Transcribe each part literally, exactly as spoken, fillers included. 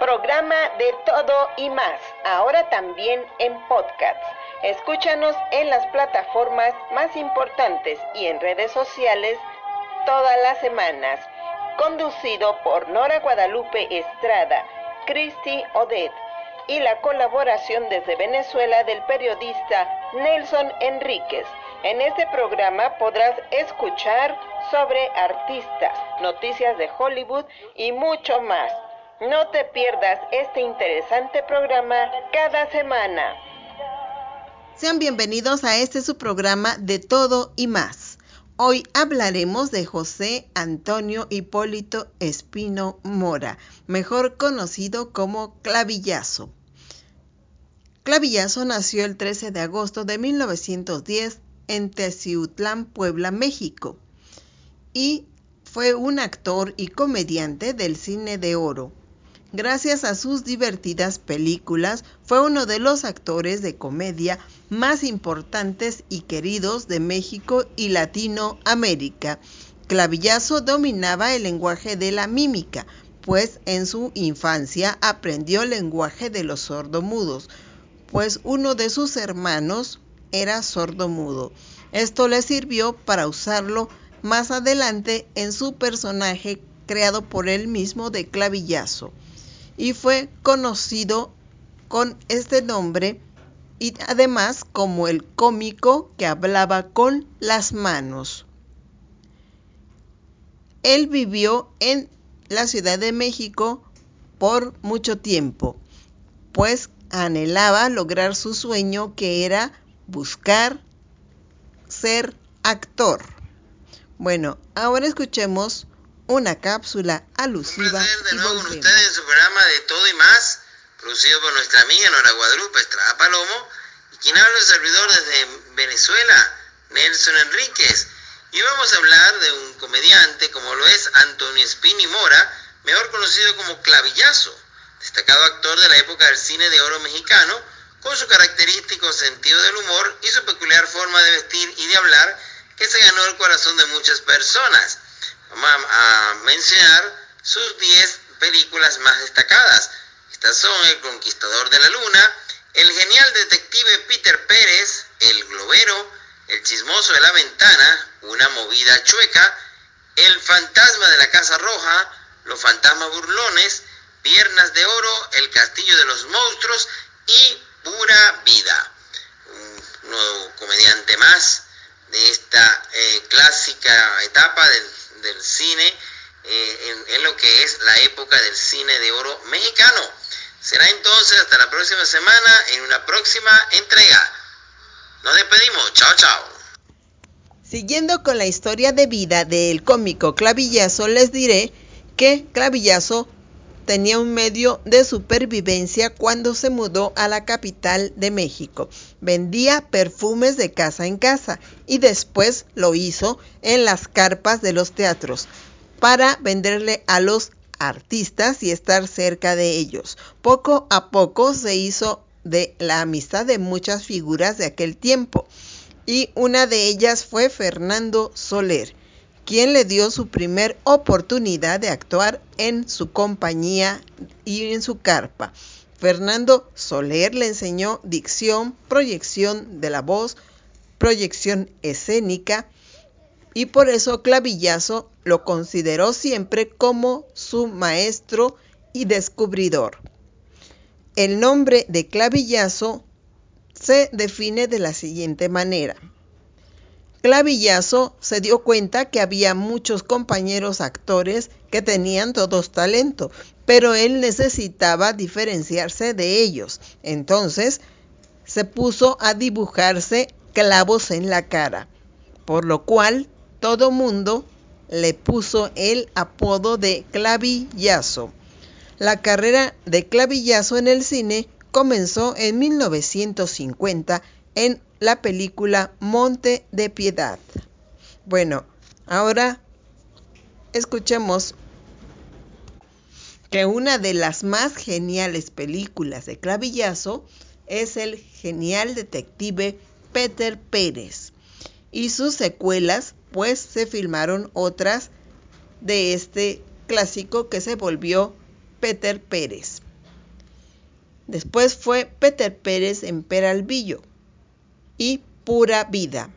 programa de todo y más, ahora también en podcast. Escúchanos en las plataformas más importantes y en redes sociales todas las semanas. Conducido por Nora Guadalupe Estrada, Cristi Odet y la colaboración desde Venezuela del periodista Nelson Enríquez. En este programa podrás escuchar sobre artistas, noticias de Hollywood y mucho más. No te pierdas este interesante programa cada semana. Sean bienvenidos a este su programa de todo y más. Hoy hablaremos de José Antonio Hipólito Espino Mora, mejor conocido como Clavillazo. Clavillazo nació el trece de agosto de mil novecientos diez en Teciutlán, Puebla, México, y fue un actor y comediante del cine de oro. Gracias a sus divertidas películas, fue uno de los actores de comedia más importantes y queridos de México y Latinoamérica. Clavillazo dominaba el lenguaje de la mímica, pues en su infancia aprendió el lenguaje de los sordomudos, pues uno de sus hermanos era sordomudo. Esto le sirvió para usarlo más adelante en su personaje creado por él mismo de Clavillazo, y fue conocido con este nombre y además como el cómico que hablaba con las manos. Él vivió en la Ciudad de México por mucho tiempo, pues anhelaba lograr su sueño, que era buscar ser actor. Bueno, ahora escuchemos una cápsula alusiva. Un placer de nuevo con ustedes en su programa de todo y más, producido por nuestra amiga Nora Guadalupe Estrada Palomo, y quien habla el servidor desde Venezuela, Nelson Enríquez. Y vamos a hablar de un comediante como lo es Antonio Espino Mora, mejor conocido como Clavillazo, destacado actor de la época del cine de oro mexicano, con su característico sentido del humor y su peculiar forma de vestir y de hablar, que se ganó el corazón de muchas personas. Vamos a, a mencionar sus diez películas más destacadas. Estas son El Conquistador de la Luna, El genial detective Peter Pérez, El Globero, El chismoso de la ventana, Una movida chueca, El fantasma de la Casa Roja, Los fantasmas burlones, Piernas de oro, El castillo de los monstruos y Pura vida. Un nuevo comediante más de esta eh, clásica etapa del, del cine, eh, en, en lo que es la época del cine de oro mexicano. Será entonces hasta la próxima semana en una próxima entrega. Nos despedimos. Chao, chao. Siguiendo con la historia de vida del cómico Clavillazo, les diré que Clavillazo tenía un medio de supervivencia cuando se mudó a la capital de México. Vendía perfumes de casa en casa y después lo hizo en las carpas de los teatros para venderle a los artistas y estar cerca de ellos. Poco a poco se hizo de la amistad de muchas figuras de aquel tiempo, y una de ellas fue Fernando Soler, quien le dio su primer oportunidad de actuar en su compañía y en su carpa. Fernando Soler le enseñó dicción, proyección de la voz, proyección escénica, y por eso Clavillazo lo consideró siempre como su maestro y descubridor. El nombre de Clavillazo se define de la siguiente manera. Clavillazo se dio cuenta que había muchos compañeros actores que tenían todos talento, pero él necesitaba diferenciarse de ellos. Entonces se puso a dibujarse clavos en la cara, por lo cual todo mundo le puso el apodo de Clavillazo. La carrera de Clavillazo en el cine comenzó en mil novecientos cincuenta en la película Monte de Piedad. Bueno, ahora escuchemos que una de las más geniales películas de Clavillazo es el genial detective Peter Pérez, y sus secuelas, pues se filmaron otras de este clásico que se volvió Peter Pérez. Después fue Peter Pérez en Peralvillo y Pura Vida.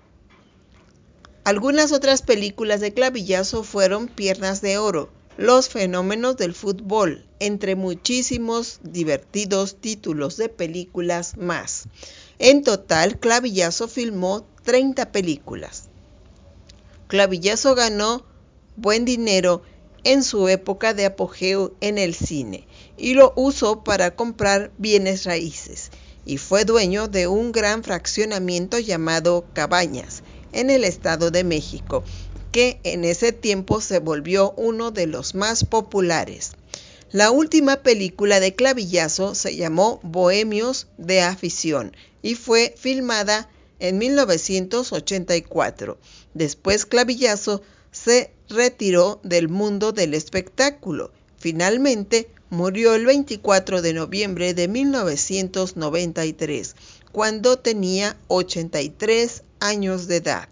Algunas otras películas de Clavillazo fueron Piernas de Oro, Los Fenómenos del Fútbol, entre muchísimos divertidos títulos de películas más. En total, Clavillazo filmó treinta películas. Clavillazo ganó buen dinero en su época de apogeo en el cine y lo usó para comprar bienes raíces, y fue dueño de un gran fraccionamiento llamado Cabañas en el Estado de México, que en ese tiempo se volvió uno de los más populares. La última película de Clavillazo se llamó Bohemios de Afición y fue filmada en mil novecientos ochenta y cuatro. Después Clavillazo se retiró del mundo del espectáculo. Finalmente murió el veinticuatro de noviembre de mil novecientos noventa y tres, cuando tenía ochenta y tres años de edad.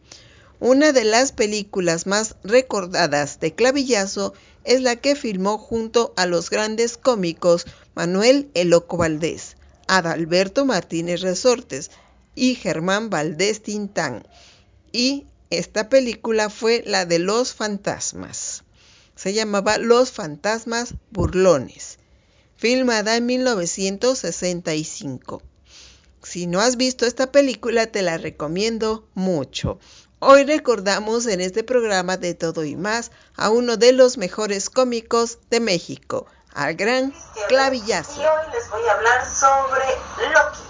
Una de las películas más recordadas de Clavillazo es la que filmó junto a los grandes cómicos Manuel El Loco Valdés, Adalberto Martínez Resortes y Germán Valdés Tintán. Y esta película fue la de Los Fantasmas. Se llamaba Los Fantasmas Burlones, filmada en mil novecientos sesenta y cinco. Si no has visto esta película, te la recomiendo mucho. Hoy recordamos en este programa de Todo y Más a uno de los mejores cómicos de México, al gran Clavillazo. Y hoy les voy a hablar sobre Loki,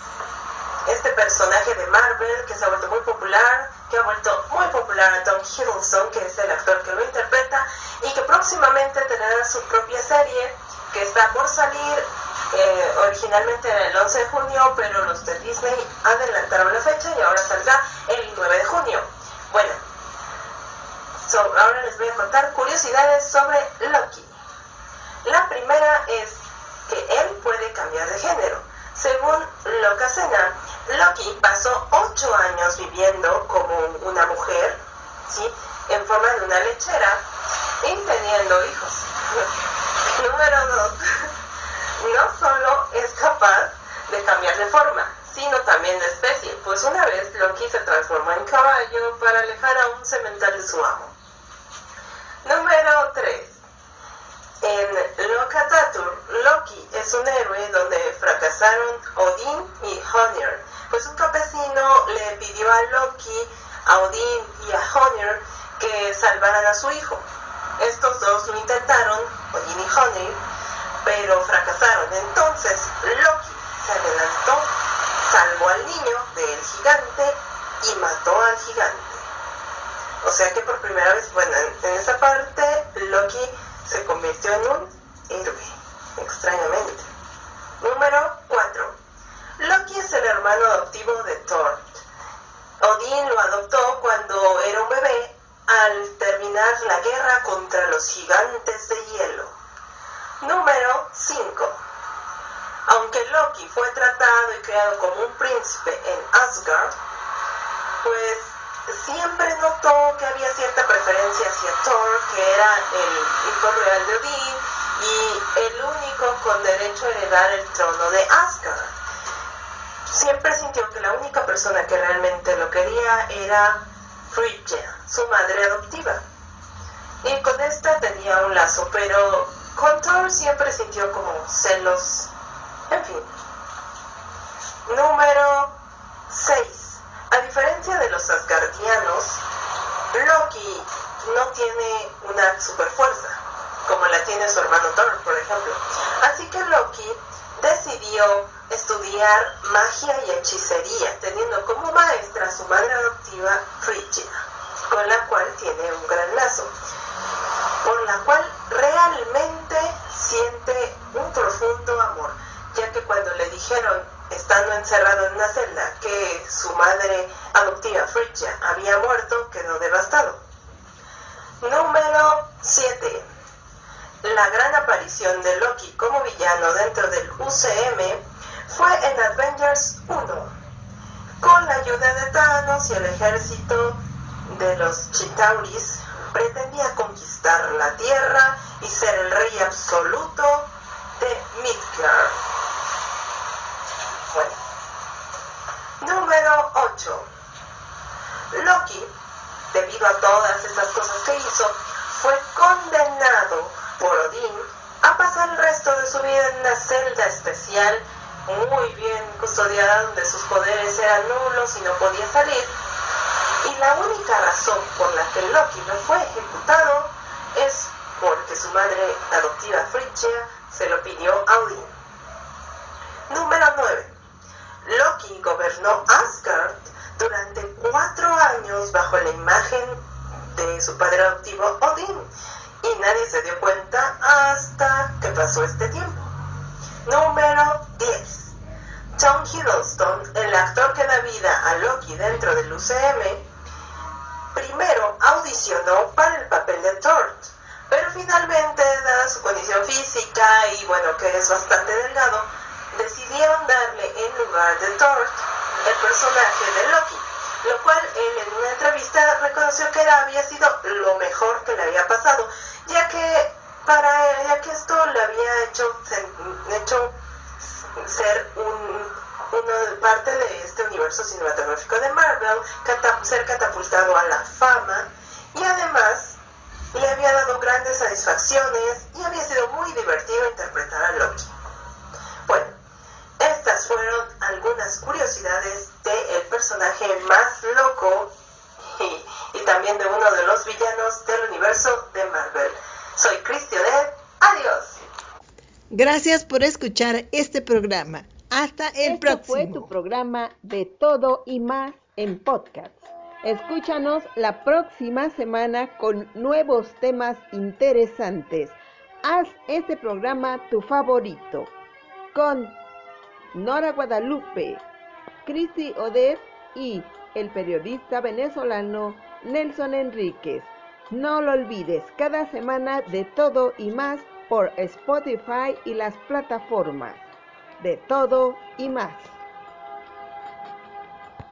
este personaje de Marvel que se ha vuelto muy popular, que ha vuelto muy popular a Tom Hiddleston, que es el actor que lo interpreta, y que próximamente tendrá su propia serie que está por salir. Eh, originalmente era el once de junio, pero los de Disney adelantaron la fecha y ahora saldrá el nueve de junio. Bueno, so, ahora les voy a contar curiosidades sobre Loki. La primera es que él puede cambiar de género. Según Locasena, Loki pasó ocho años viviendo como una mujer, ¿sí?, en forma de una lechera y teniendo hijos. Número dos. No solo es capaz de cambiar de forma, sino también de especie, pues una vez Loki se transformó en caballo para alejar a un semental de su amo. Número tres. En Lokatatur, Loki es un héroe donde fracasaron Odín y Honir, pues un campesino le pidió a Loki, a Odín y a Honir que salvaran a su hijo. Estos dos lo intentaron, Odín y Honir, pero fracasaron. Entonces Loki se adelantó, salvó al niño del gigante y mató al gigante. O sea que por primera vez, bueno, en, en esa parte Loki se convirtió en un héroe, extrañamente. Número cuatro. Loki es el hermano adoptivo de Thor. Odín lo adoptó cuando era un bebé al terminar la guerra contra los gigantes de hielo. Número cinco. Aunque Loki fue tratado y creado como un príncipe en Asgard, pues siempre notó que había cierta preferencia hacia Thor, que era el hijo real de Odín y el único con derecho a heredar el trono de Asgard. Siempre sintió que la única persona que realmente lo quería era Frigga, su madre adoptiva. Y con esta tenía un lazo, pero con Thor siempre sintió como celos. En fin. Número seis. A diferencia de los asgardianos, Loki no tiene una superfuerza, como la tiene su hermano Thor, por ejemplo. Así que Loki decidió estudiar magia y hechicería, teniendo como maestra a su madre adoptiva, Frigga, con la cual tiene un gran lazo, por la cual realmente siente un profundo amor, ya que cuando le dijeron, estando encerrado en una celda, que su madre adoptiva, Frigga, había muerto, quedó devastado. Número siete. La gran aparición de Loki como villano dentro del U C M fue en Avengers uno, con la ayuda de Thanos y el ejército de los Chitauris. Pretendía conquistar la Tierra y ser el rey absoluto de Midgard. Bueno. Número ocho. Loki, debido a todas esas cosas que hizo, fue condenado por Odín a pasar el resto de su vida en una celda especial, muy bien custodiada, donde sus poderes eran nulos y no podía salir. Y la única razón por la que Loki no fue ejecutado es porque su madre adoptiva Frigga se lo pidió a Odín. Número nueve. Loki gobernó Asgard durante cuatro años bajo la imagen de su padre adoptivo Odín, y nadie se dio cuenta hasta que pasó este tiempo. Número diez. Tom Hiddleston, el actor que da vida a Loki dentro del U C M, primero audicionó para el papel de Thor, pero finalmente, dada su condición física y bueno, que es bastante delgado, decidieron darle en lugar de Thor el personaje de Loki, lo cual él en una entrevista reconoció que era, había sido lo mejor que le había pasado, ya que para él, ya que esto le había hecho, hecho ser un, una parte de este universo cinematográfico de Marvel, catap- ser catapultado a la fama, y además le había dado grandes satisfacciones y había sido muy divertido interpretar a Loki. Bueno, estas fueron algunas curiosidades del personaje más loco y, y también de uno de los villanos del universo de Marvel. Soy Cristi Odette. Adiós. Gracias por escuchar este programa. Hasta el Esto próximo. fue tu programa de todo y más en podcast. Escúchanos la próxima semana con nuevos temas interesantes. Haz este programa tu favorito. Con Nora Guadalupe, Cristi Odette y el periodista venezolano Nelson Enríquez. No lo olvides, cada semana de todo y más por Spotify y las plataformas. De todo y más.